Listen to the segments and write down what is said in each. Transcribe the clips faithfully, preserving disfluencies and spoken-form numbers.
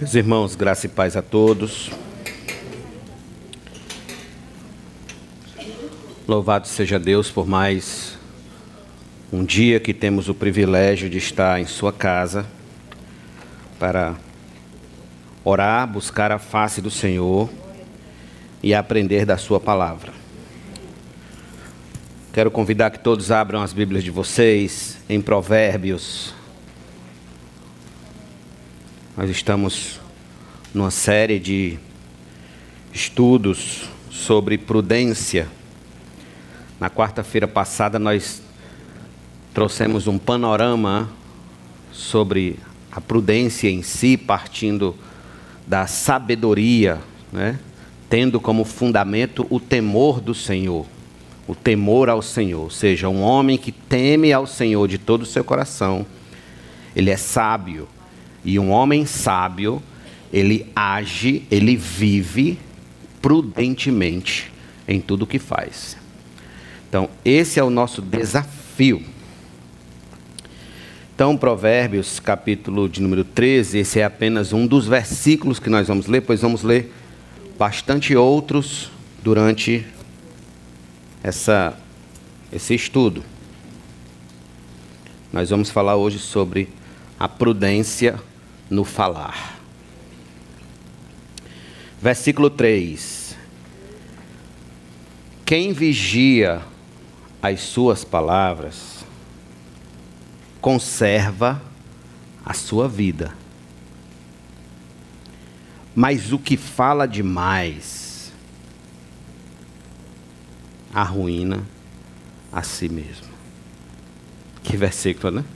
Meus irmãos, graça e paz a todos. Louvado seja Deus por mais um dia que temos o privilégio de estar em sua casa para orar, buscar a face do Senhor e aprender da sua palavra. Quero convidar que todos abram as Bíblias de vocês em Provérbios. Nós estamos numa série de estudos sobre prudência. Na quarta-feira passada nós trouxemos um panorama sobre a prudência em si, partindo da sabedoria, né? Tendo como fundamento o temor do Senhor, o temor ao Senhor. Ou seja, um homem que teme ao Senhor de todo o seu coração, ele é sábio. E um homem sábio, ele age, ele vive prudentemente em tudo o que faz. Então, esse é o nosso desafio. Então, Provérbios, capítulo de número treze, esse é apenas um dos versículos que nós vamos ler, pois vamos ler bastante outros durante essa, esse estudo. Nós vamos falar hoje sobre a prudência no falar. Versículo três. Quem vigia as suas palavras, conserva a sua vida. Mas o que fala demais, arruína a si mesmo. Que versículo, né?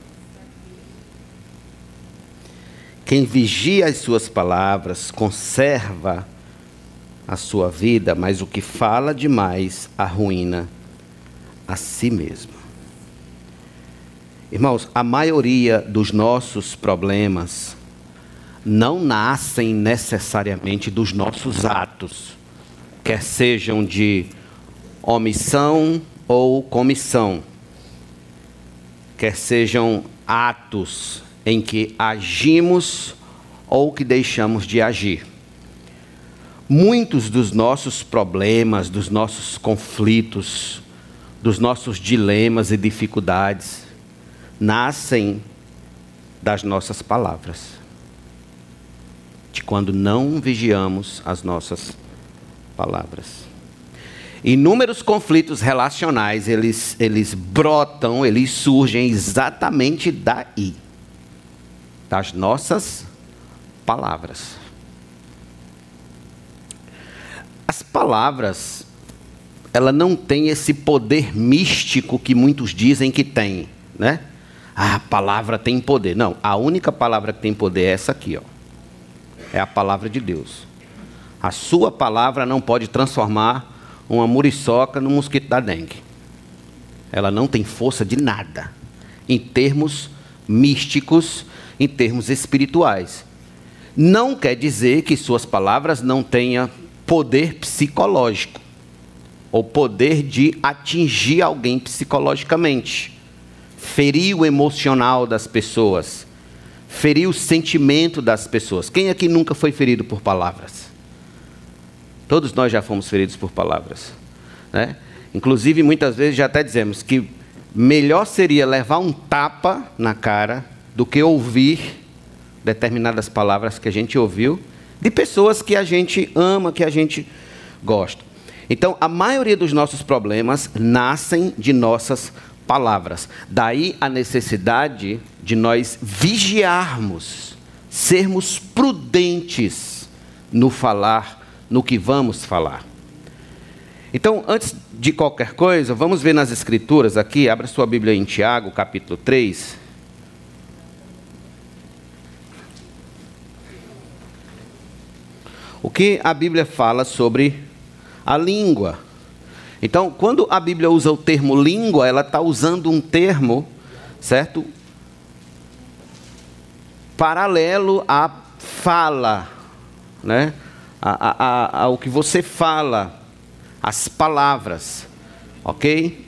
Quem vigia as suas palavras, conserva a sua vida, mas o que fala demais, arruína a si mesmo. Irmãos, a maioria dos nossos problemas não nascem necessariamente dos nossos atos, quer sejam de omissão ou comissão, quer sejam atos em que agimos ou que deixamos de agir. Muitos dos nossos problemas, dos nossos conflitos, dos nossos dilemas e dificuldades nascem das nossas palavras, de quando não vigiamos as nossas palavras. Inúmeros conflitos relacionais, eles, eles brotam, eles surgem exatamente daí, das nossas palavras. As palavras, ela não tem esse poder místico que muitos dizem que tem, né? Ah, a palavra tem poder. Não, a única palavra que tem poder é essa aqui, ó. É a palavra de Deus. A sua palavra não pode transformar uma muriçoca no mosquito da dengue. Ela não tem força de nada, em termos místicos, em termos espirituais. Não quer dizer que suas palavras não tenham poder psicológico, ou poder de atingir alguém psicologicamente, ferir o emocional das pessoas, ferir o sentimento das pessoas. Quem aqui nunca foi ferido por palavras? Todos nós já fomos feridos por palavras, né? Inclusive, muitas vezes já até dizemos que melhor seria levar um tapa na cara do que ouvir determinadas palavras que a gente ouviu de pessoas que a gente ama, que a gente gosta. Então, a maioria dos nossos problemas nascem de nossas palavras. Daí a necessidade de nós vigiarmos, sermos prudentes no falar, no que vamos falar. Então, antes de qualquer coisa, vamos ver nas Escrituras aqui, abra sua Bíblia em Tiago, capítulo três. O que a Bíblia fala sobre a língua. Então, quando a Bíblia usa o termo língua, ela está usando um termo, certo? Paralelo à fala, né? A, a, a, ao que você fala, as palavras, ok?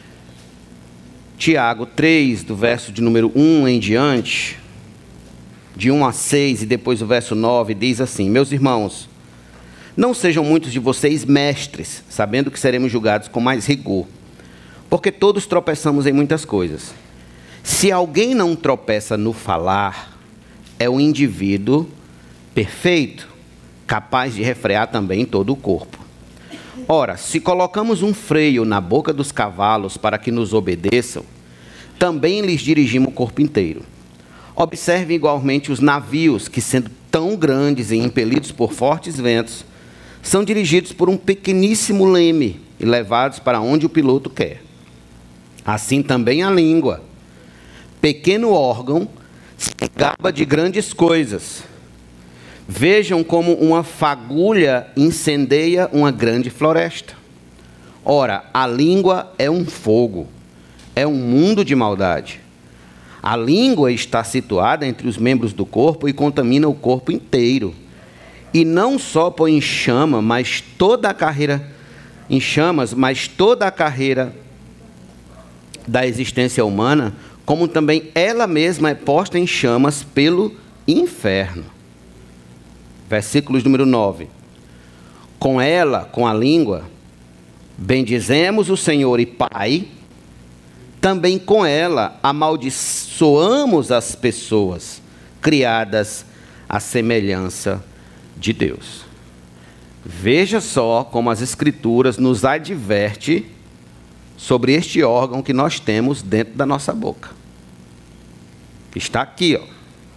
Tiago três, do verso de número um em diante. de um a seis, e depois o verso nove, diz assim: meus irmãos, não sejam muitos de vocês mestres, sabendo que seremos julgados com mais rigor, porque todos tropeçamos em muitas coisas. Se alguém não tropeça no falar, é um indivíduo perfeito, capaz de refrear também todo o corpo. Ora, se colocamos um freio na boca dos cavalos para que nos obedeçam, também lhes dirigimos o corpo inteiro. Observem igualmente os navios, que sendo tão grandes e impelidos por fortes ventos, são dirigidos por um pequeníssimo leme e levados para onde o piloto quer. Assim também a língua, pequeno órgão, se gaba de grandes coisas. Vejam como uma fagulha incendeia uma grande floresta. Ora, a língua é um fogo, é um mundo de maldade. A língua está situada entre os membros do corpo e contamina o corpo inteiro. E não só põe em chama, mas toda a carreira em chamas, mas toda a carreira da existência humana, como também ela mesma é posta em chamas pelo inferno. Versículos número nove. Com ela, com a língua, bendizemos o Senhor e Pai, também com ela amaldiçoamos as pessoas criadas à semelhança de Deus. Veja só como as Escrituras nos adverte sobre este órgão que nós temos dentro da nossa boca. Está aqui, ó.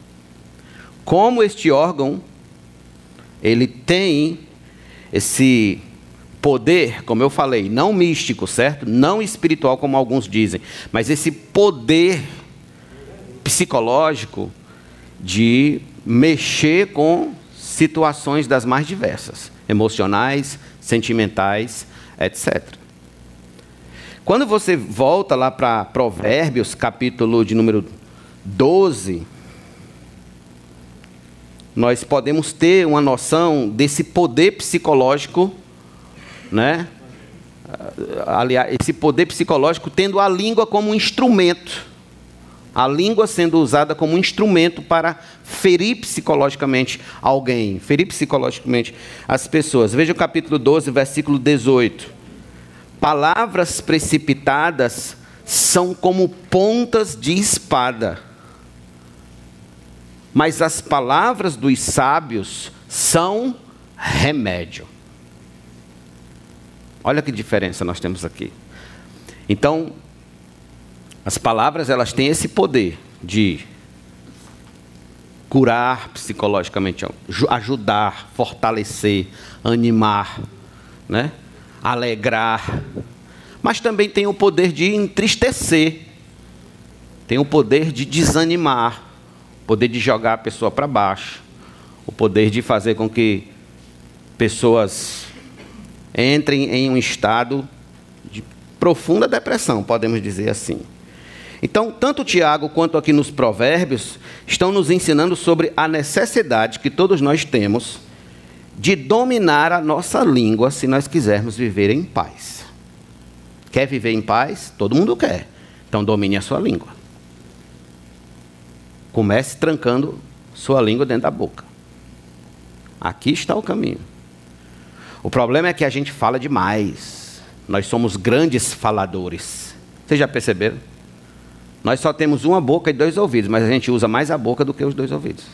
Como este órgão, ele tem esse poder, como eu falei, não místico, certo? Não espiritual, como alguns dizem, mas esse poder psicológico de mexer com situações das mais diversas, emocionais, sentimentais, etcétera. Quando você volta lá para Provérbios, capítulo de número doze, nós podemos ter uma noção desse poder psicológico, né? Aliás, esse poder psicológico tendo a língua como um instrumento. A língua sendo usada como um instrumento para ferir psicologicamente alguém, ferir psicologicamente as pessoas. Veja o capítulo doze, versículo dezoito. Palavras precipitadas são como pontas de espada, mas as palavras dos sábios são remédio. Olha que diferença nós temos aqui. Então, as palavras, elas têm esse poder de curar psicologicamente, ajudar, fortalecer, animar, né? Alegrar, mas também tem o poder de entristecer, tem o poder de desanimar, o poder de jogar a pessoa para baixo, o poder de fazer com que pessoas entrem em um estado de profunda depressão, podemos dizer assim. Então, tanto Tiago quanto aqui nos Provérbios estão nos ensinando sobre a necessidade que todos nós temos de dominar a nossa língua se nós quisermos viver em paz. Quer viver em paz? Todo mundo quer. Então, domine a sua língua. Comece trancando sua língua dentro da boca. Aqui está o caminho. O problema é que a gente fala demais. Nós somos grandes faladores. Vocês já perceberam? Nós só temos uma boca e dois ouvidos, mas a gente usa mais a boca do que os dois ouvidos.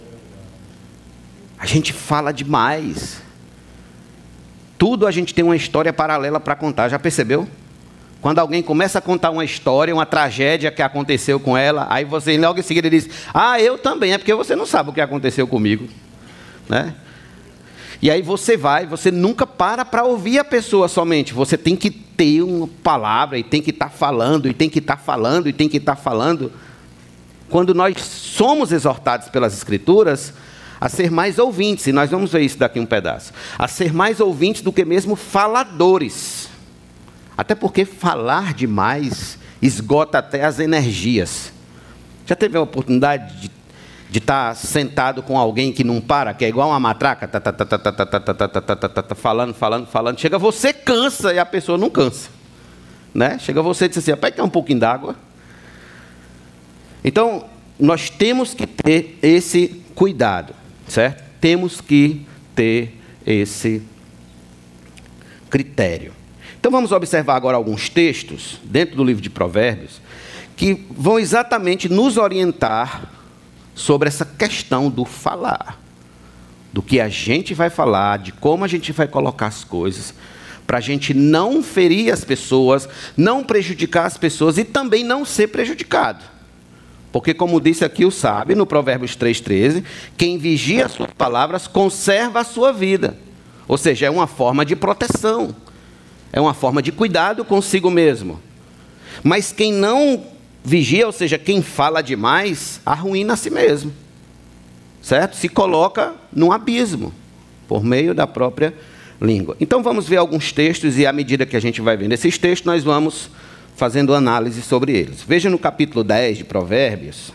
A gente fala demais. Tudo a gente tem uma história paralela para contar, já percebeu? Quando alguém começa a contar uma história, uma tragédia que aconteceu com ela, aí você logo em seguida diz: ah, eu também, é porque você não sabe o que aconteceu comigo, né? E aí você vai, você nunca para para ouvir a pessoa somente, você tem que ter uma palavra, e tem que estar falando, e tem que estar falando, e tem que estar falando. Quando nós somos exortados pelas Escrituras a ser mais ouvintes, e nós vamos ver isso daqui um pedaço, a ser mais ouvintes do que mesmo faladores. Até porque falar demais esgota até as energias. Já teve a oportunidade de, de estar sentado com alguém que não para, que é igual uma matraca, tá, tá, tá, tá, tá, tá, tá, tá, tá, tá, tá, tá, falando, falando, falando, chega você cansa e a pessoa não cansa, né? Chega você e diz assim: pai, quer um pouquinho d'água? Então, nós temos que ter esse cuidado, certo? Temos que ter esse critério. Então vamos observar agora alguns textos dentro do livro de Provérbios que vão exatamente nos orientar sobre essa questão do falar, do que a gente vai falar, de como a gente vai colocar as coisas, para a gente não ferir as pessoas, não prejudicar as pessoas e também não ser prejudicado. Porque, como disse aqui o sábio, no Provérbios três, treze, quem vigia as suas palavras conserva a sua vida. Ou seja, é uma forma de proteção, é uma forma de cuidado consigo mesmo. Mas quem não vigia, ou seja, quem fala demais, arruína a si mesmo. Certo? Se coloca num abismo, por meio da própria língua. Então vamos ver alguns textos e à medida que a gente vai vendo esses textos, nós vamos fazendo análise sobre eles. Veja no capítulo dez de Provérbios,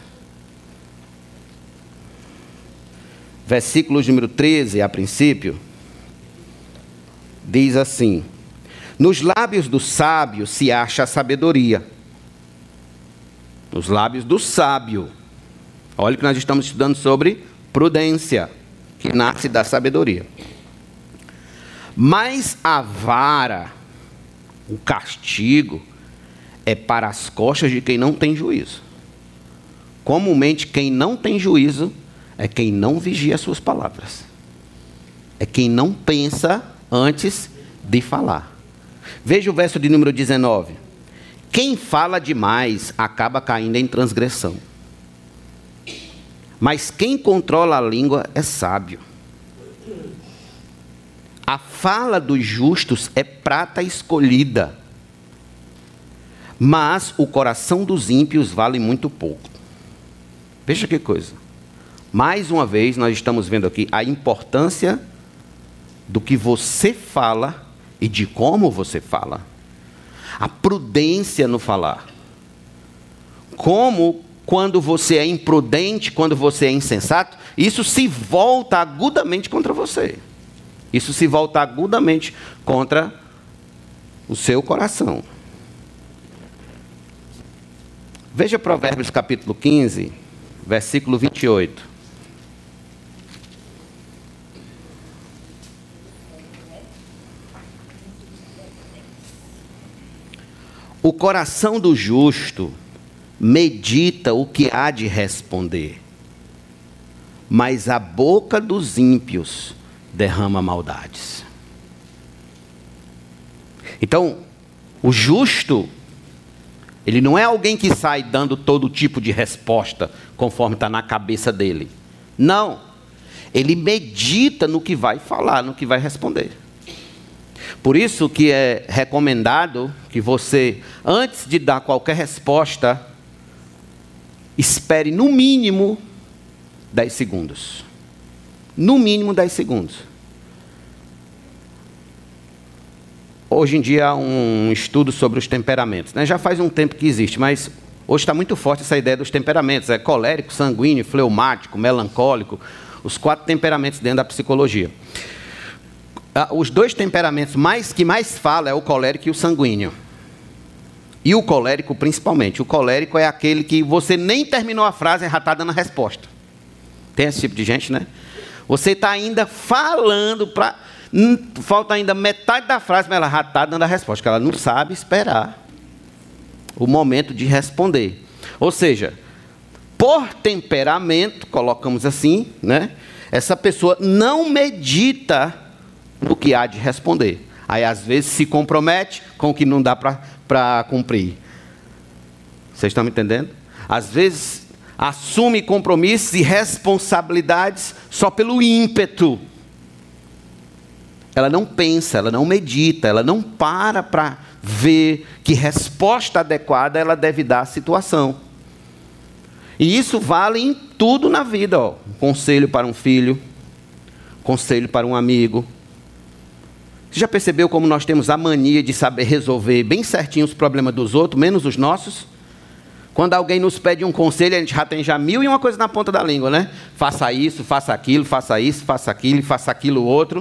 versículos número treze, a princípio, diz assim: nos lábios do sábio se acha a sabedoria. Nos lábios do sábio. Olha que nós estamos estudando sobre prudência, que nasce da sabedoria. Mas a vara, o castigo, é para as costas de quem não tem juízo. Comumente, quem não tem juízo é quem não vigia as suas palavras. É quem não pensa antes de falar. Veja o verso de número dezenove. Quem fala demais acaba caindo em transgressão. Mas quem controla a língua é sábio. A fala dos justos é prata escolhida, mas o coração dos ímpios vale muito pouco. Veja que coisa. Mais uma vez, nós estamos vendo aqui a importância do que você fala e de como você fala. A prudência no falar. Como, quando você é imprudente, quando você é insensato, isso se volta agudamente contra você. Isso se volta agudamente contra o seu coração. Veja Provérbios capítulo quinze, versículo vinte e oito. O coração do justo medita o que há de responder, mas a boca dos ímpios derrama maldades. Então, o justo, ele não é alguém que sai dando todo tipo de resposta conforme está na cabeça dele. Não. Ele medita no que vai falar, no que vai responder. Por isso que é recomendado que você, antes de dar qualquer resposta, espere no mínimo dez segundos. No mínimo dez segundos. Hoje em dia há um estudo sobre os temperamentos, né? Já faz um tempo que existe, mas hoje está muito forte essa ideia dos temperamentos. É colérico, sanguíneo, fleumático, melancólico. Os quatro temperamentos dentro da psicologia. Os dois temperamentos mais, que mais fala é o colérico e o sanguíneo. E o colérico principalmente. O colérico é aquele que você nem terminou a frase e já está dando a resposta. Tem esse tipo de gente, né? Você está ainda falando, pra, falta ainda metade da frase, mas ela já está dando a resposta, porque ela não sabe esperar o momento de responder. Ou seja, por temperamento, colocamos assim, né? Essa pessoa não medita no que há de responder. Aí, às vezes, se compromete com o que não dá para cumprir. Vocês estão me entendendo? Às vezes, assume compromissos e responsabilidades só pelo ímpeto. Ela não pensa, ela não medita, ela não para para ver que resposta adequada ela deve dar à situação. E isso vale em tudo na vida. Ó. Conselho para um filho, conselho para um amigo. Você já percebeu como nós temos a mania de saber resolver bem certinho os problemas dos outros, menos os nossos? Quando alguém nos pede um conselho, a gente já tem já mil e uma coisa na ponta da língua, né? Faça isso, faça aquilo, faça isso, faça aquilo, faça aquilo outro.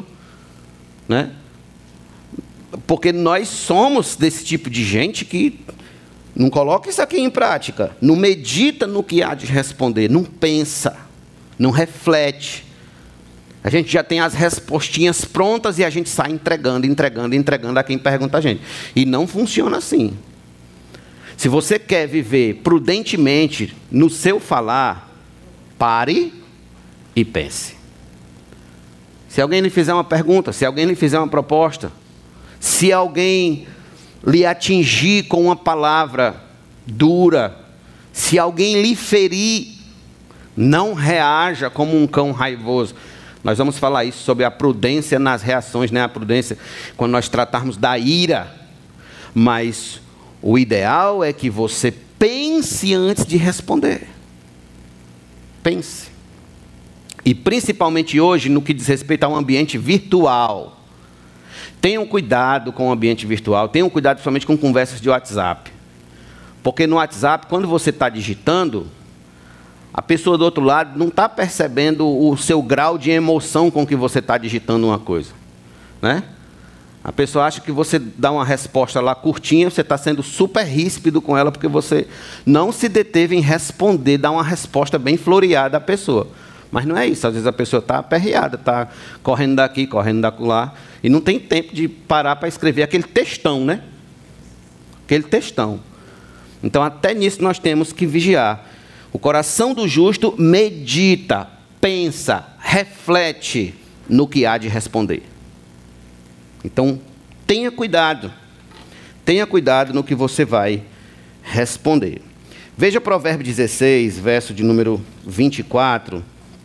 Né? Porque nós somos desse tipo de gente que Não coloca isso aqui em prática. Não medita no que há de responder. Não pensa. Não reflete. A gente já tem as respostinhas prontas e a gente sai entregando, entregando, entregando a quem pergunta a gente. E não funciona assim. Se você quer viver prudentemente no seu falar, pare e pense. Se alguém lhe fizer uma pergunta, se alguém lhe fizer uma proposta, se alguém lhe atingir com uma palavra dura, se alguém lhe ferir, não reaja como um cão raivoso. Nós vamos falar isso sobre a prudência nas reações, né? A prudência quando nós tratarmos da ira. Mas o ideal é que você pense antes de responder. Pense. E principalmente hoje, no que diz respeito ao ambiente virtual. Tenham cuidado com o ambiente virtual. Tenham cuidado principalmente com conversas de WhatsApp. Porque no WhatsApp, quando você está digitando, a pessoa do outro lado não está percebendo o seu grau de emoção com que você está digitando uma coisa. Né? A pessoa acha que você dá uma resposta lá curtinha, você está sendo super ríspido com ela, porque você não se deteve em responder, dar uma resposta bem floreada à pessoa. Mas não é isso, às vezes a pessoa está aperreada, está correndo daqui, correndo daquela, e não tem tempo de parar para escrever aquele textão, né? Aquele textão. Então, até nisso nós temos que vigiar. O coração do justo medita, pensa, reflete no que há de responder. Então, tenha cuidado. Tenha cuidado no que você vai responder. Veja Provérbios dezesseis, verso de número vinte e quatro.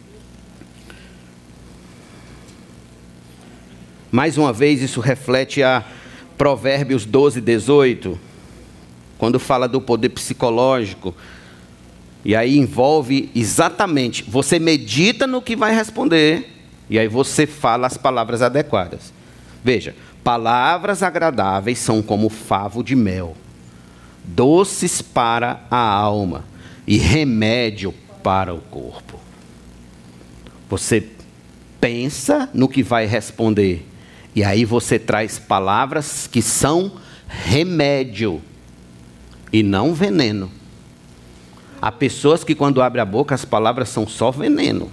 Mais uma vez, isso reflete a Provérbios doze, dezoito, quando fala do poder psicológico. E aí envolve exatamente, você medita no que vai responder, e aí você fala as palavras adequadas. Veja, palavras agradáveis são como favo de mel, doces para a alma e remédio para o corpo. Você pensa no que vai responder, e aí você traz palavras que são remédio e não veneno. Há pessoas que quando abrem a boca as palavras são só veneno.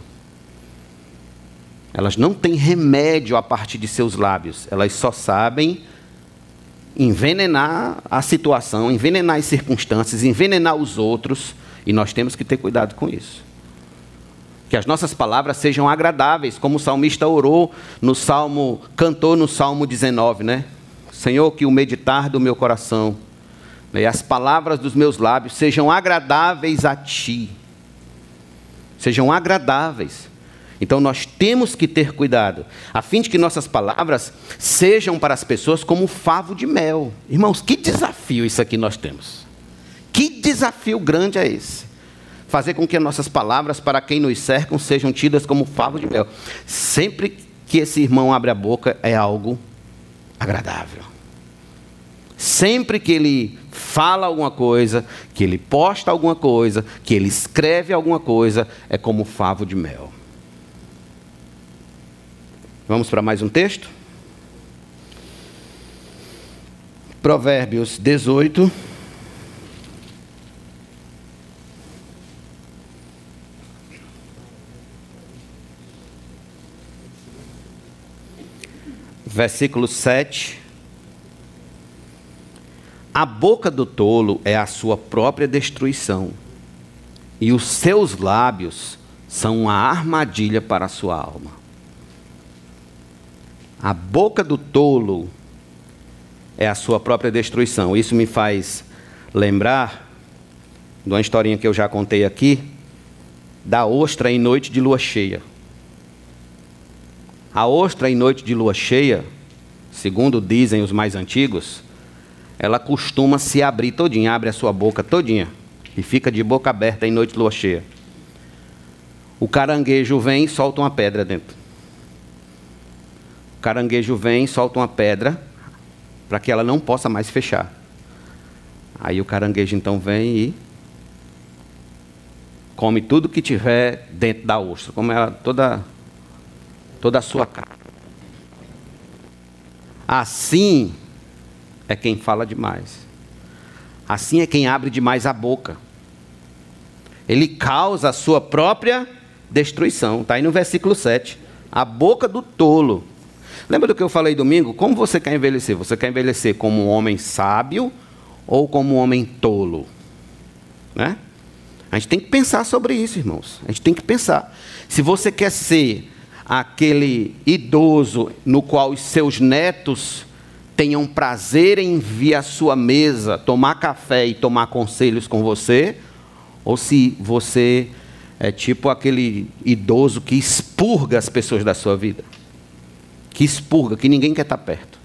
Elas não têm remédio a partir de seus lábios. Elas só sabem envenenar a situação, envenenar as circunstâncias, envenenar os outros. E nós temos que ter cuidado com isso. Que as nossas palavras sejam agradáveis, como o salmista orou no Salmo, cantou no Salmo dezenove, né? Senhor, que o meditar do meu coração e as palavras dos meus lábios sejam agradáveis a Ti. Sejam agradáveis. Então nós temos que ter cuidado, a fim de que nossas palavras sejam para as pessoas como favo de mel. Irmãos, que desafio isso aqui nós temos. Que desafio grande é esse. Fazer com que nossas palavras para quem nos cercam sejam tidas como favo de mel. Sempre que esse irmão abre a boca é algo agradável. Sempre que ele fala alguma coisa, que ele posta alguma coisa, que ele escreve alguma coisa, é como favo de mel. Vamos para mais um texto? Provérbios dezoito. Versículo sete. A boca do tolo é a sua própria destruição, e os seus lábios são uma armadilha para a sua alma. A boca do tolo é a sua própria destruição. Isso me faz lembrar de uma historinha que eu já contei aqui, da ostra em noite de lua cheia. A ostra em noite de lua cheia, segundo dizem os mais antigos, ela costuma se abrir todinha, abre a sua boca todinha e fica de boca aberta em noite de lua cheia. O caranguejo vem e solta uma pedra dentro. O caranguejo vem e solta uma pedra para que ela não possa mais fechar. Aí o caranguejo então vem e come tudo que tiver dentro da ostra, come ela toda, toda a sua carne. Assim é quem fala demais. assim é quem abre demais a boca. Ele causa a sua própria destruição. Está aí no versículo sete. A boca do tolo. Lembra do que eu falei domingo? Como você quer envelhecer? Você quer envelhecer como um homem sábio ou como um homem tolo? Né? A gente tem que pensar sobre isso, irmãos. A gente tem que pensar. Se você quer ser aquele idoso no qual os seus netos tenham prazer em vir à sua mesa, tomar café e tomar conselhos com você, ou se você é tipo aquele idoso que expurga as pessoas da sua vida. Que expurga, que ninguém quer estar perto.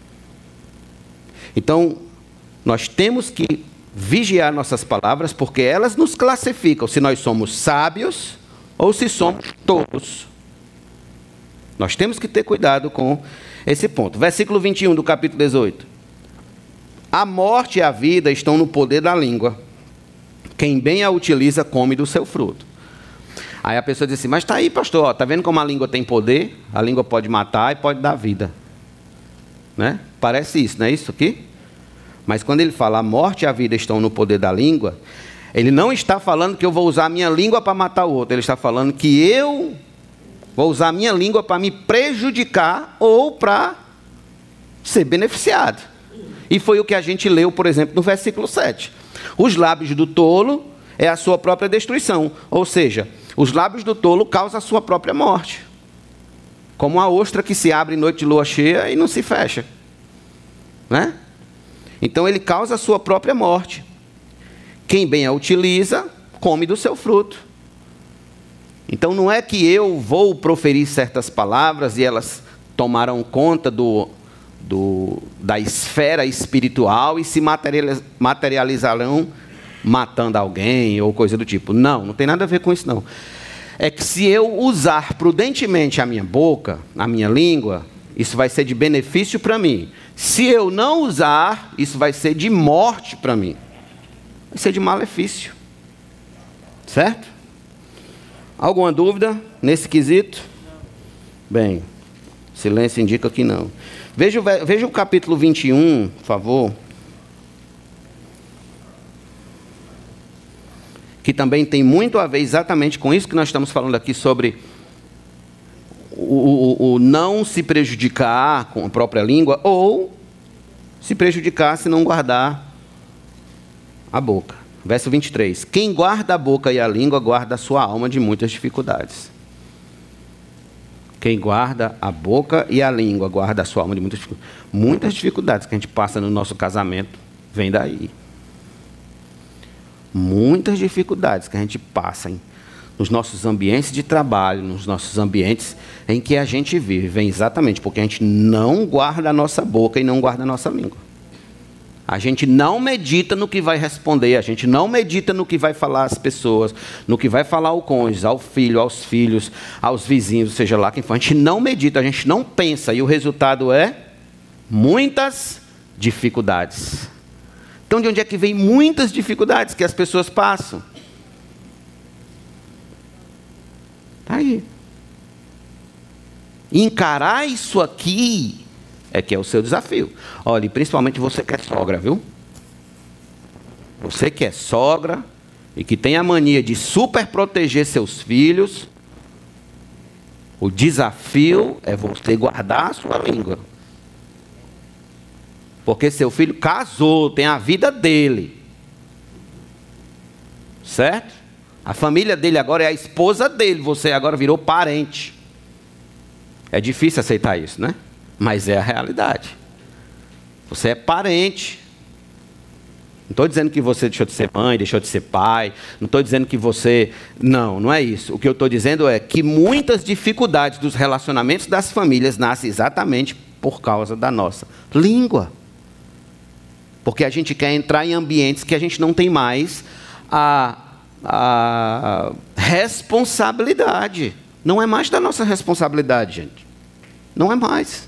Então, nós temos que vigiar nossas palavras, porque elas nos classificam se nós somos sábios ou se somos tolos. Nós temos que ter cuidado com esse ponto. Versículo vinte e um do capítulo dezoito. A morte e a vida estão no poder da língua. Quem bem a utiliza, come do seu fruto. Aí a pessoa diz assim, mas está aí, pastor, está vendo como a língua tem poder? A língua pode matar e pode dar vida. Né? Parece isso, não é isso aqui? Mas quando ele fala, a morte e a vida estão no poder da língua, ele não está falando que eu vou usar a minha língua para matar o outro. Ele está falando que eu vou usar a minha língua para me prejudicar ou para ser beneficiado. E foi o que a gente leu, por exemplo, no versículo sete. Os lábios do tolo é a sua própria destruição. Ou seja, os lábios do tolo causam a sua própria morte. Como a ostra que se abre em noite de lua cheia e não se fecha. Né? Então ele causa a sua própria morte. Quem bem a utiliza, come do seu fruto. Então não é que eu vou proferir certas palavras e elas tomarão conta do, do, da esfera espiritual e se materializ, materializarão matando alguém ou coisa do tipo. Não, não tem nada a ver com isso não. É que se eu usar prudentemente a minha boca, a minha língua, isso vai ser de benefício para mim. Se eu não usar, isso vai ser de morte para mim. Vai ser de malefício. Certo? Alguma dúvida nesse quesito? Bem, silêncio indica que não. Veja, veja o capítulo vinte e um, por favor. Que também tem muito a ver exatamente com isso que nós estamos falando aqui sobre o, o, o não se prejudicar com a própria língua ou se prejudicar se não guardar a boca. Verso vinte e três. Quem guarda a boca e a língua, guarda a sua alma de muitas dificuldades. Quem guarda a boca e a língua, guarda a sua alma de muitas dificuldades. Muitas dificuldades que a gente passa no nosso casamento, vem daí. Muitas dificuldades que a gente passa em, nos nossos ambientes de trabalho, nos nossos ambientes em que a gente vive, vem exatamente porque a gente não guarda a nossa boca e não guarda a nossa língua. A gente não medita no que vai responder, a gente não medita no que vai falar às pessoas, no que vai falar ao cônjuge, ao filho, aos filhos, aos vizinhos, seja lá quem for. A gente não medita, a gente não pensa, e o resultado é muitas dificuldades. Então, de onde é que vem muitas dificuldades que as pessoas passam? Está aí. Encarar isso aqui é que é o seu desafio. Olha, e principalmente você que é sogra, viu? Você que é sogra e que tem a mania de super proteger seus filhos, o desafio é você guardar a sua língua. Porque seu filho casou, tem a vida dele. Certo? A família dele agora é a esposa dele, você agora virou parente. É difícil aceitar isso, né? Mas é a realidade. Você é parente. Não estou dizendo que você deixou de ser mãe, deixou de ser pai. Não estou dizendo que você... Não, não é isso. O que eu estou dizendo é que muitas dificuldades dos relacionamentos das famílias nascem exatamente por causa da nossa língua. Porque a gente quer entrar em ambientes que a gente não tem mais a, a responsabilidade. Não é mais da nossa responsabilidade, gente. Não é mais.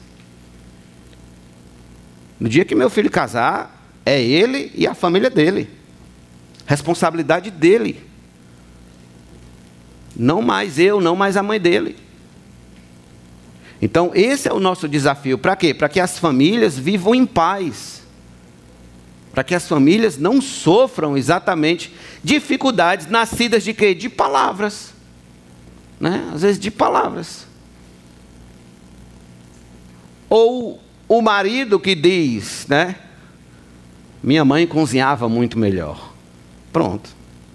No dia que meu filho casar, é ele e a família dele. Responsabilidade dele. Não mais eu, não mais a mãe dele. Então, esse é o nosso desafio. Para quê? Para que as famílias vivam em paz. Para que as famílias não sofram exatamente dificuldades nascidas de quê? De palavras. Né? Às vezes de palavras. Ou o marido que diz, né? Minha mãe cozinhava muito melhor. Pronto.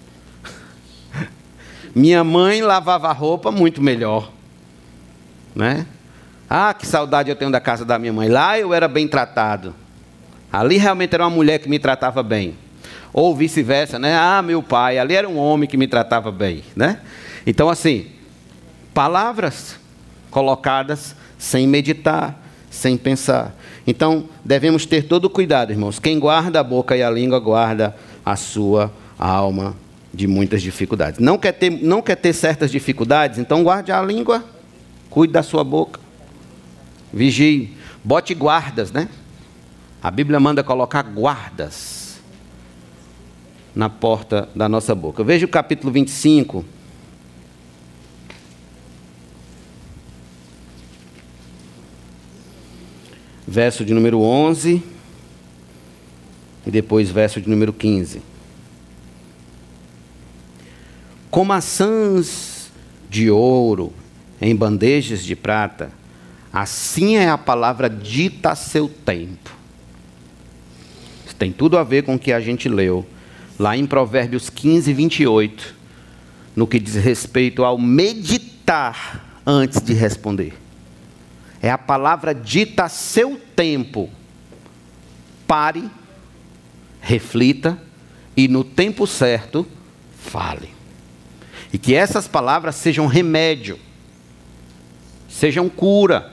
Minha mãe lavava roupa muito melhor. Né? Ah, que saudade eu tenho da casa da minha mãe. Lá eu era bem tratado. Ali realmente era uma mulher que me tratava bem. Ou vice-versa, né? Ah, meu pai, ali era um homem que me tratava bem, né? Então, assim, palavras colocadas sem meditar, sem pensar. Então, devemos ter todo o cuidado, irmãos. Quem guarda a boca e a língua, guarda a sua alma de muitas dificuldades. Não quer ter, não quer ter certas dificuldades? Então, guarde a língua, cuide da sua boca. Vigie, bote guardas, né? A Bíblia manda colocar guardas na porta da nossa boca. Veja o capítulo vinte e cinco. Verso de número onze. E depois verso de número quinze. Com maçãs de ouro em bandejas de prata, assim é a palavra dita a seu tempo. Tem tudo a ver com o que a gente leu lá em Provérbios quinze, vinte e oito, no que diz respeito ao meditar antes de responder. É a palavra dita a seu tempo. Pare, reflita e no tempo certo fale. E que essas palavras sejam remédio, sejam cura,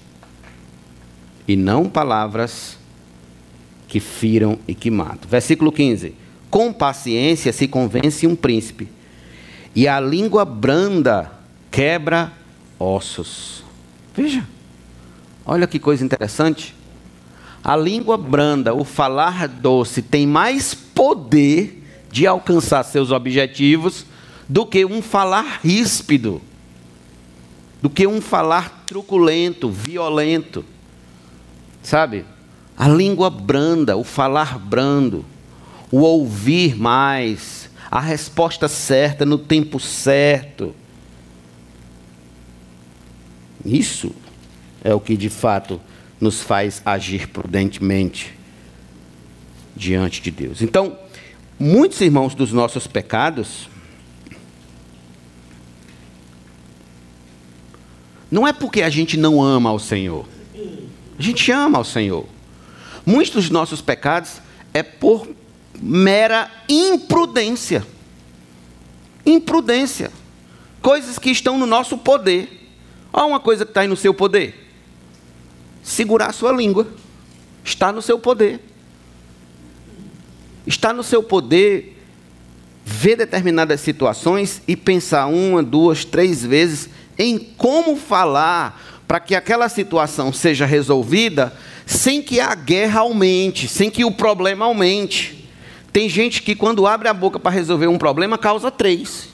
e não palavras que firam e que matam. Versículo quinze. Com paciência se convence um príncipe, e a língua branda quebra ossos. Veja, olha que coisa interessante. A língua branda, o falar doce, tem mais poder de alcançar seus objetivos do que um falar ríspido, do que um falar truculento, violento. Sabe? A língua branda, o falar brando, o ouvir mais, a resposta certa no tempo certo. Isso é o que de fato nos faz agir prudentemente diante de Deus. Então, muitos irmãos dos nossos pecados, não é porque a gente não ama ao Senhor. A gente ama ao Senhor. Muitos dos nossos pecados é por mera imprudência. Imprudência. Coisas que estão no nosso poder. Olha uma coisa que está aí no seu poder. Segurar a sua língua. Está no seu poder. Está no seu poder ver determinadas situações e pensar uma, duas, três vezes em como falar para que aquela situação seja resolvida sem que a guerra aumente, sem que o problema aumente. Tem gente que quando abre a boca para resolver um problema, causa três.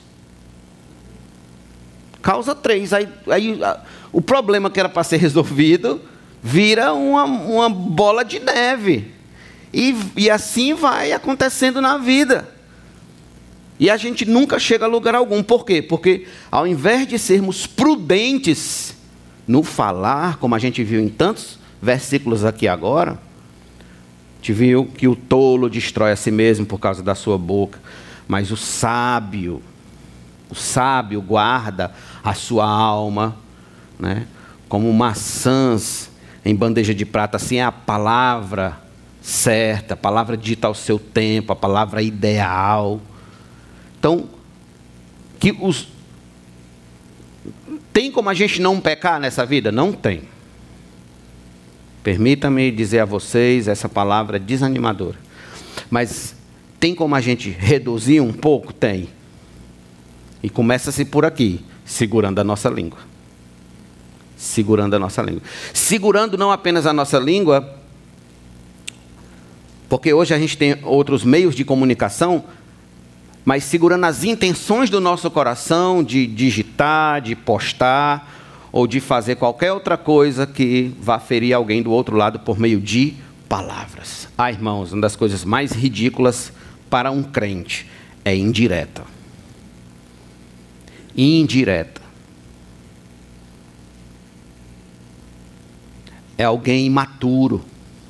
Causa três. Aí, aí a, o problema que era para ser resolvido vira uma, uma bola de neve. E, e assim vai acontecendo na vida. E a gente nunca chega a lugar algum. Por quê? Porque ao invés de sermos prudentes no falar, como a gente viu em tantos versículos aqui agora, a gente viu que o tolo destrói a si mesmo por causa da sua boca, mas o sábio, o sábio guarda a sua alma, né? Como maçãs em bandeja de prata, assim é a palavra certa, a palavra dita ao seu tempo, a palavra ideal. Então, que os... tem como a gente não pecar nessa vida? Não tem. Permita-me dizer a vocês, essa palavra é desanimadora. Mas tem como a gente reduzir um pouco? Tem. E começa-se por aqui, segurando a nossa língua. Segurando a nossa língua. Segurando não apenas a nossa língua, porque hoje a gente tem outros meios de comunicação, mas segurando as intenções do nosso coração de digitar, de postar, ou de fazer qualquer outra coisa que vá ferir alguém do outro lado por meio de palavras. Ah, irmãos, uma das coisas mais ridículas para um crente é indireta. Indireta. É alguém imaturo.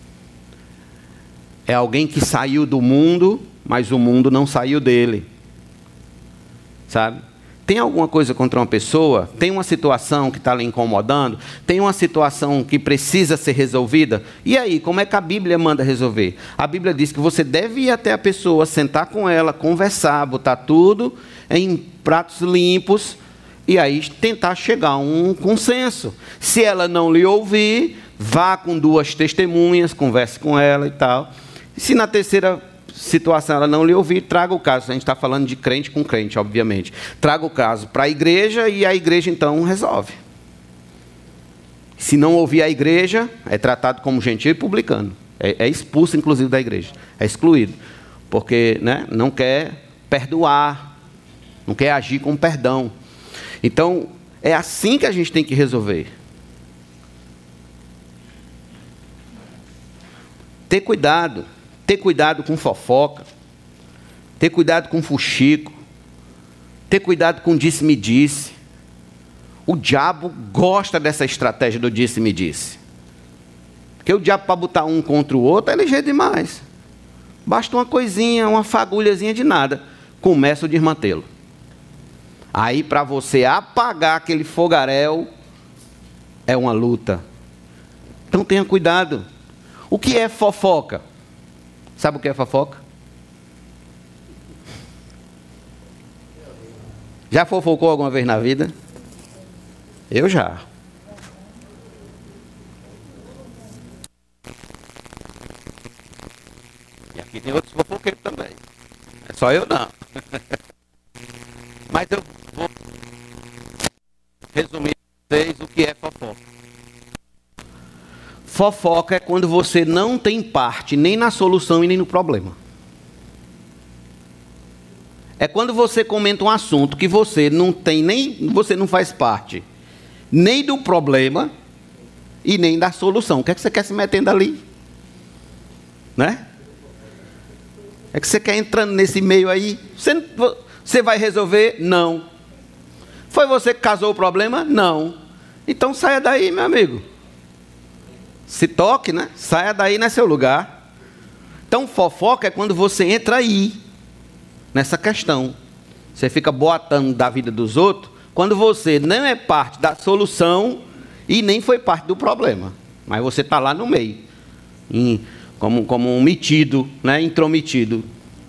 É alguém que saiu do mundo, mas o mundo não saiu dele. Sabe? Tem alguma coisa contra uma pessoa? Tem uma situação que está lhe incomodando? Tem uma situação que precisa ser resolvida? E aí, como é que a Bíblia manda resolver? A Bíblia diz que você deve ir até a pessoa, sentar com ela, conversar, botar tudo em pratos limpos e aí tentar chegar a um consenso. Se ela não lhe ouvir, vá com duas testemunhas, converse com ela e tal. Se na terceira situação ela não lhe ouvir, traga o caso. A gente está falando de crente com crente, obviamente. Traga o caso para a igreja e a igreja então resolve. Se não ouvir a igreja, é tratado como gentil e publicano. É, é expulso, inclusive, da igreja. É excluído. Porque, né, não quer perdoar, não quer agir com perdão. Então, é assim que a gente tem que resolver. Ter cuidado. Ter cuidado com fofoca. Ter cuidado com fuxico. Ter cuidado com disse-me-disse. O diabo gosta dessa estratégia do disse-me-disse. Porque o diabo, para botar um contra o outro, é ligeiro demais. Basta uma coisinha, uma fagulhazinha de nada. Começa o desmantelo. Aí, para você apagar aquele fogaréu, é uma luta. Então, tenha cuidado. O que é fofoca? Sabe o que é fofoca? Já fofocou alguma vez na vida? Eu já. E aqui tem outros fofoqueiros também. É só eu não. Mas eu vou resumir para vocês o que é fofoca. Fofoca é quando você não tem parte nem na solução e nem no problema. É quando você comenta um assunto que você não tem nem, você não faz parte nem do problema e nem da solução. O que é que você quer se metendo ali? Né? É que você quer entrando nesse meio aí? Você, você vai resolver? Não. Foi você que causou o problema? Não. Então saia daí, meu amigo. Se toque, né? Saia daí, não é seu lugar. Então, fofoca é quando você entra aí, nessa questão. Você fica boatando da vida dos outros, quando você não é parte da solução e nem foi parte do problema. Mas você está lá no meio, em, como, como um metido, né? Intrometido.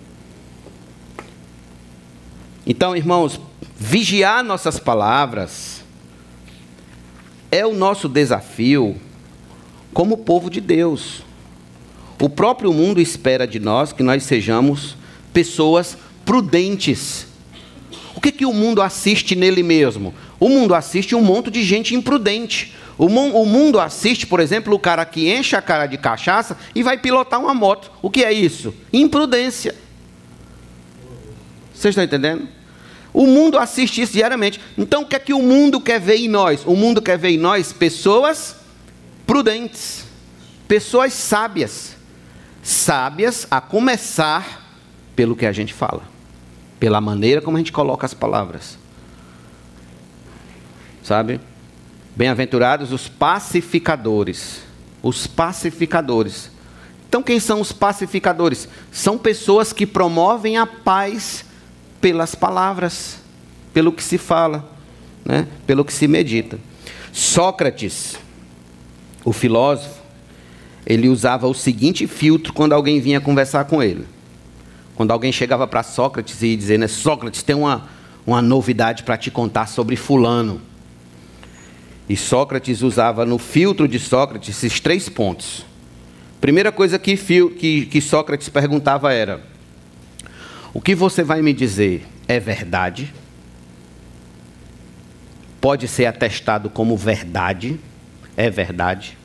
Então, irmãos, vigiar nossas palavras é o nosso desafio como povo de Deus. O próprio mundo espera de nós que nós sejamos pessoas prudentes. O que, que o mundo assiste nele mesmo? O mundo assiste um monte de gente imprudente. O, o mundo assiste, por exemplo, o cara que enche a cara de cachaça e vai pilotar uma moto. O que é isso? Imprudência. Vocês estão entendendo? O mundo assiste isso diariamente. Então, o que é que o mundo quer ver em nós? O mundo quer ver em nós pessoas prudentes, pessoas sábias. Sábias a começar pelo que a gente fala, pela maneira como a gente coloca as palavras. Sabe? Bem-aventurados os pacificadores. Os pacificadores. Então, quem são os pacificadores? São pessoas que promovem a paz pelas palavras, pelo que se fala, né? Pelo que se medita. Sócrates, o filósofo, ele usava o seguinte filtro quando alguém vinha conversar com ele. Quando alguém chegava para Sócrates e ia dizer, né, Sócrates, tem uma, uma novidade para te contar sobre fulano. E Sócrates usava no filtro de Sócrates esses três pontos. Primeira coisa que, que, que Sócrates perguntava era: o que você vai me dizer é verdade? Pode ser atestado como verdade? É verdade?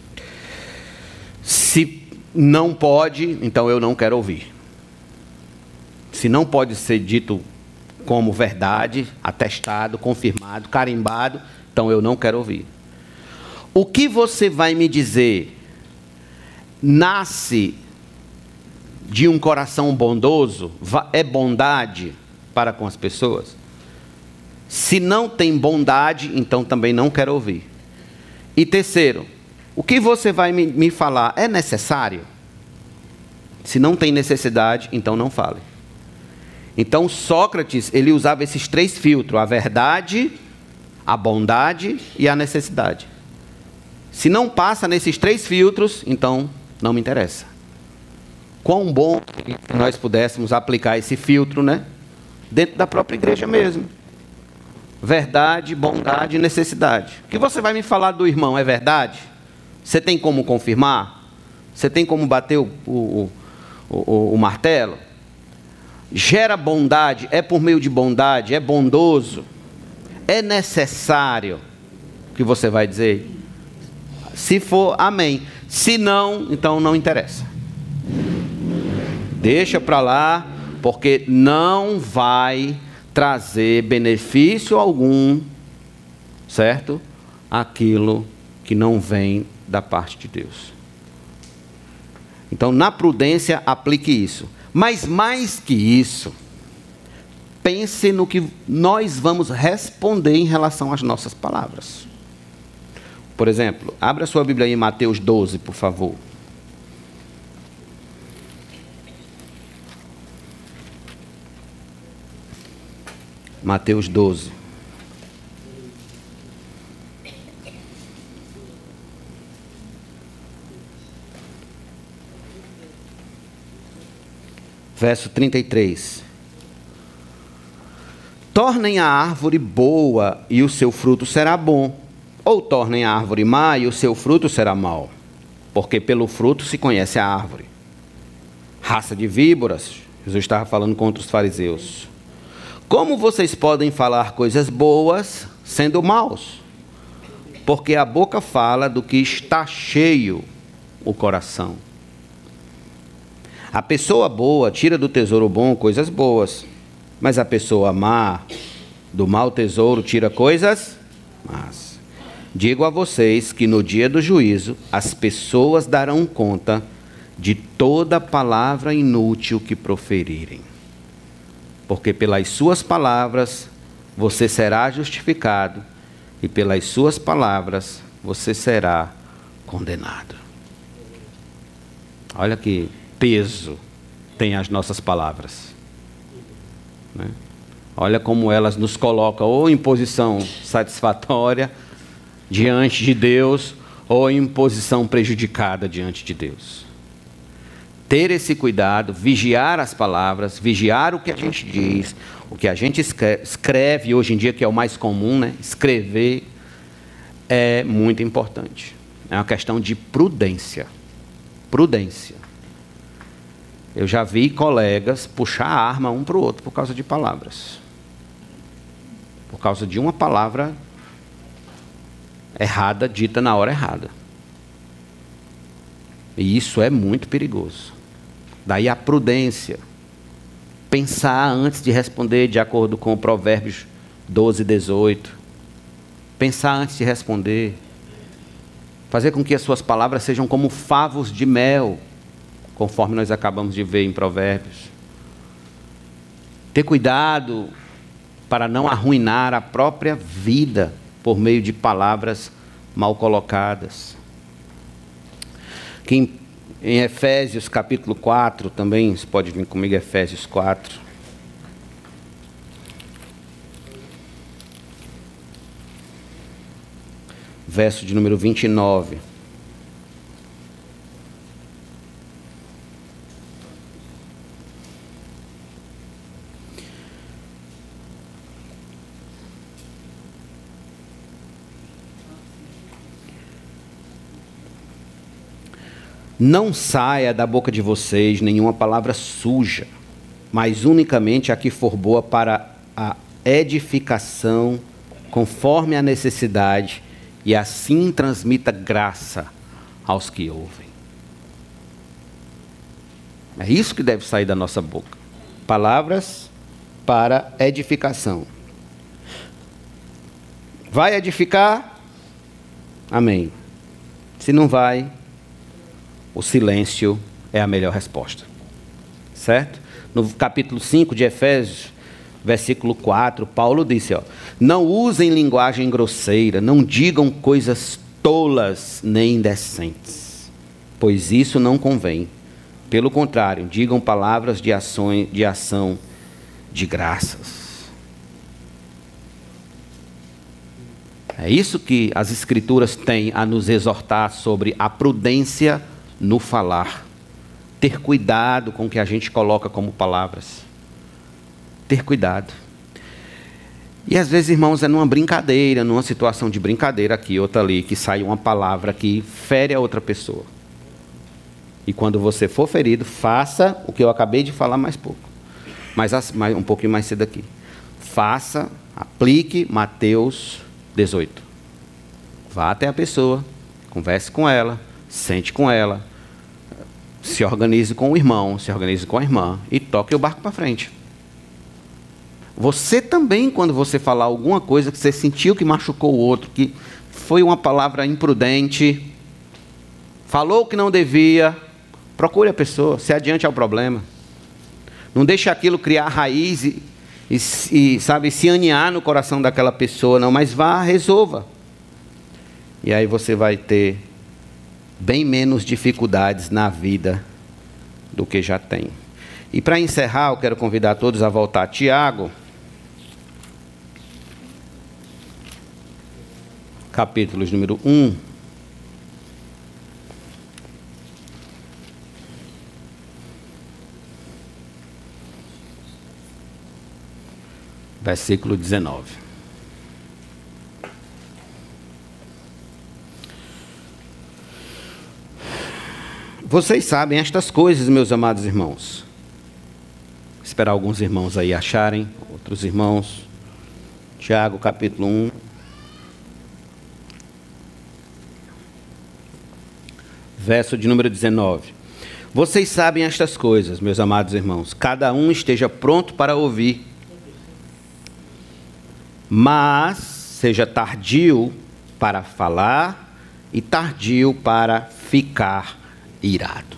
Se não pode, então eu não quero ouvir. Se não pode ser dito como verdade, atestado, confirmado, carimbado, então eu não quero ouvir. O que você vai me dizer nasce de um coração bondoso, é bondade para com as pessoas? Se não tem bondade, então também não quero ouvir. E terceiro, o que você vai me, me falar é necessário? Se não tem necessidade, então não fale. Então Sócrates, ele usava esses três filtros: a verdade, a bondade e a necessidade. Se não passa nesses três filtros, então não me interessa. Quão bom que nós pudéssemos aplicar esse filtro, né? Dentro da própria igreja mesmo. Verdade, bondade e necessidade. O que você vai me falar do irmão é verdade? Você tem como confirmar? Você tem como bater o, o, o, o, o martelo? Gera bondade, é por meio de bondade, é bondoso, é necessário? O que você vai dizer? Se for, amém. Se não, então não interessa. Deixa para lá, porque não vai trazer benefício algum, certo? Aquilo que não vem da parte de Deus. Então, na prudência, aplique isso. Mas mais que isso, pense no que nós vamos responder em relação às nossas palavras. Por exemplo, abra sua Bíblia aí em Mateus doze, por favor. Mateus doze. Verso trinta e três. Tornem a árvore boa e o seu fruto será bom, ou tornem a árvore má e o seu fruto será mau, porque pelo fruto se conhece a árvore. Raça de víboras, Jesus estava falando contra os fariseus. Como vocês podem falar coisas boas sendo maus? Porque a boca fala do que está cheio o coração. A pessoa boa tira do tesouro bom coisas boas, mas a pessoa má, do mau tesouro, tira coisas más. Digo a vocês que no dia do juízo, as pessoas darão conta de toda palavra inútil que proferirem. Porque pelas suas palavras você será justificado, e pelas suas palavras você será condenado. Olha que peso tem as nossas palavras, né? Olha como elas nos colocam ou em posição satisfatória diante de Deus, ou em posição prejudicada diante de Deus. Ter esse cuidado, vigiar as palavras, vigiar o que a gente diz, o que a gente escreve, hoje em dia, que é o mais comum, né? Escrever, é muito importante. É uma questão de prudência. Prudência. Eu já vi colegas puxar a arma um para o outro por causa de palavras. Por causa de uma palavra errada, dita na hora errada. E isso é muito perigoso. Daí a prudência. Pensar antes de responder, de acordo com Provérbios doze, dezoito. Pensar antes de responder. Fazer com que as suas palavras sejam como favos de mel, conforme nós acabamos de ver em Provérbios. Ter cuidado para não arruinar a própria vida por meio de palavras mal colocadas. Que em, em Efésios capítulo quatro, também, você pode vir comigo, Efésios quatro. Verso de número vinte e nove. Não saia da boca de vocês nenhuma palavra suja, mas unicamente a que for boa para a edificação, conforme a necessidade, e assim transmita graça aos que ouvem. É isso que deve sair da nossa boca. Palavras para edificação. Vai edificar? Amém. Se não vai, o silêncio é a melhor resposta. Certo? No capítulo cinco de Efésios, versículo quatro, Paulo disse, ó, não usem linguagem grosseira, não digam coisas tolas nem indecentes, pois isso não convém. Pelo contrário, digam palavras de, ações, de ação de graças. É isso que as Escrituras têm a nos exortar sobre a prudência no falar. Ter cuidado com o que a gente coloca como palavras. Ter cuidado. E às vezes, irmãos, é numa brincadeira, numa situação de brincadeira aqui, outra ali, que sai uma palavra que fere a outra pessoa. E quando você for ferido, faça o que eu acabei de falar mais pouco. Mas um pouquinho mais cedo aqui. Faça, aplique Mateus dezoito. Vá até a pessoa, converse com ela, sente com ela, se organize com o irmão, se organize com a irmã e toque o barco para frente. Você também, quando você falar alguma coisa que você sentiu que machucou o outro, que foi uma palavra imprudente, falou o que não devia, procure a pessoa, se adiante ao problema. Não deixe aquilo criar raiz e, e, e sabe, se aninhar no coração daquela pessoa, não, mas vá, resolva. E aí você vai ter bem menos dificuldades na vida do que já tem. E para encerrar, eu quero convidar todos a voltar a Tiago, capítulos número um. Versículo dezenove. Vocês sabem estas coisas, meus amados irmãos. Vou esperar alguns irmãos aí acharem, outros irmãos. Tiago, capítulo um. Verso de número dezenove. Vocês sabem estas coisas, meus amados irmãos. Cada um esteja pronto para ouvir, mas seja tardio para falar e tardio para ficar irado.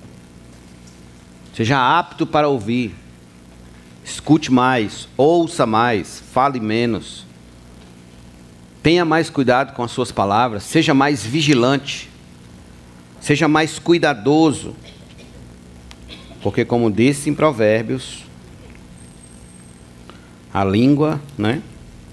Seja apto para ouvir, escute mais, ouça mais, fale menos. Tenha mais cuidado com as suas palavras, seja mais vigilante, seja mais cuidadoso. Porque, como disse em Provérbios, a língua, né,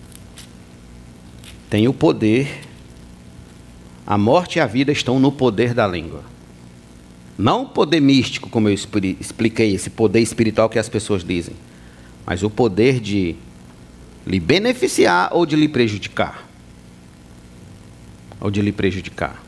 tem o poder, a morte e a vida estão no poder da língua. Não o poder místico, como eu expliquei, esse poder espiritual que as pessoas dizem, mas o poder de lhe beneficiar ou de lhe prejudicar. Ou de lhe prejudicar.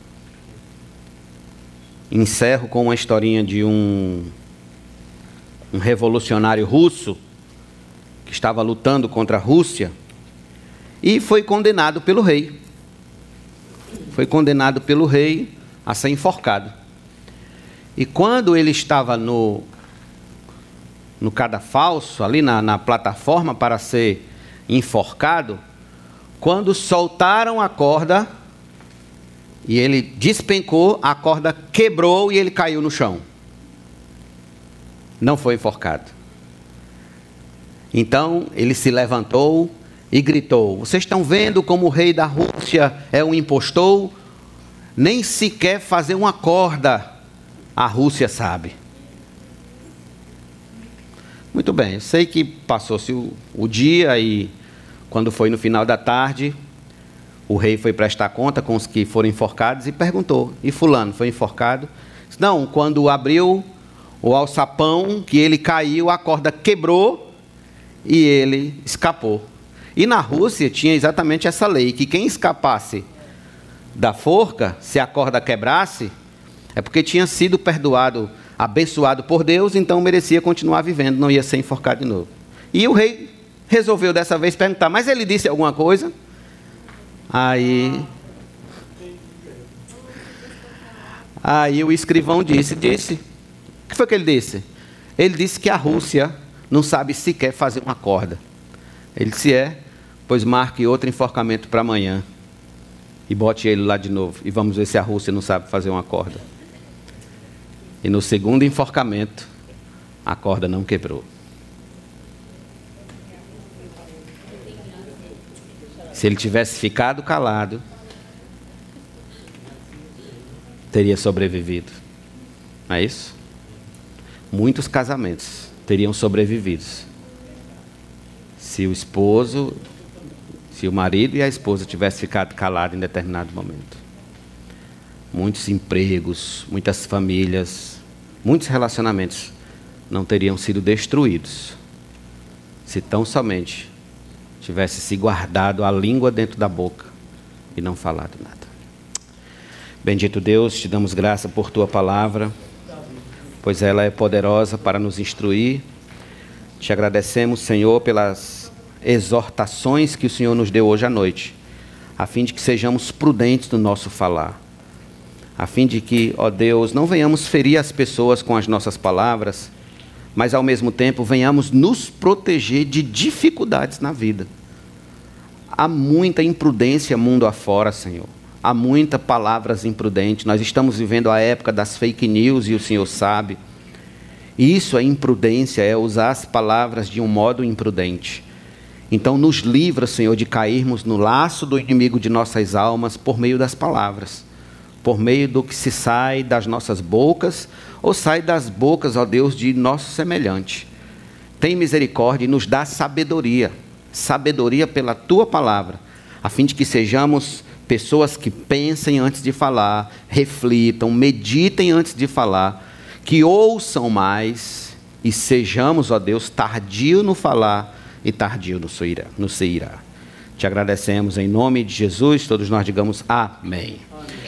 Encerro com uma historinha de um, um revolucionário russo que estava lutando contra a Rússia e foi condenado pelo rei. Foi condenado pelo rei a ser enforcado. E quando ele estava no, no cadafalso, ali na, na plataforma para ser enforcado, quando soltaram a corda e ele despencou, a corda quebrou e ele caiu no chão. Não foi enforcado. Então ele se levantou e gritou: vocês estão vendo como o rei da Rússia é um impostor? Nem sequer fazer uma corda a Rússia sabe. Muito bem, eu sei que passou-se o, o dia e quando foi no final da tarde, o rei foi prestar conta com os que foram enforcados e perguntou: e fulano foi enforcado? Não, quando abriu o alçapão, que ele caiu, a corda quebrou e ele escapou. E na Rússia tinha exatamente essa lei, que quem escapasse da forca, se a corda quebrasse, é porque tinha sido perdoado, abençoado por Deus, então merecia continuar vivendo, não ia ser enforcado de novo. E o rei resolveu dessa vez perguntar: mas ele disse alguma coisa? Aí, aí o escrivão disse, disse. O que foi que ele disse? Ele disse que a Rússia não sabe sequer fazer uma corda. Ele disse: é, pois marque outro enforcamento para amanhã e bote ele lá de novo e vamos ver se a Rússia não sabe fazer uma corda. E no segundo enforcamento, a corda não quebrou. Se ele tivesse ficado calado, teria sobrevivido. Não é isso? Muitos casamentos teriam sobrevivido se o esposo, se o marido e a esposa tivessem ficado calados em determinado momento. Muitos empregos, muitas famílias, muitos relacionamentos não teriam sido destruídos se tão somente tivesse se guardado a língua dentro da boca e não falado nada. Bendito Deus, te damos graça por tua palavra, pois ela é poderosa para nos instruir. Te agradecemos, Senhor, pelas exortações que o Senhor nos deu hoje à noite, a fim de que sejamos prudentes no nosso falar, a fim de que, ó Deus, não venhamos ferir as pessoas com as nossas palavras, mas ao mesmo tempo venhamos nos proteger de dificuldades na vida. Há muita imprudência mundo afora, Senhor. Há muitas palavras imprudentes. Nós estamos vivendo a época das fake news e o Senhor sabe. E isso é imprudência, é usar as palavras de um modo imprudente. Então nos livra, Senhor, de cairmos no laço do inimigo de nossas almas por meio das palavras, por meio do que se sai das nossas bocas ou sai das bocas, ó Deus, de nosso semelhante. Tem misericórdia e nos dá sabedoria, sabedoria pela tua palavra, a fim de que sejamos pessoas que pensem antes de falar, reflitam, meditem antes de falar, que ouçam mais e sejamos, ó Deus, tardio no falar e tardio no se irá. No se irá. Te agradecemos em nome de Jesus, todos nós digamos amém. Amém.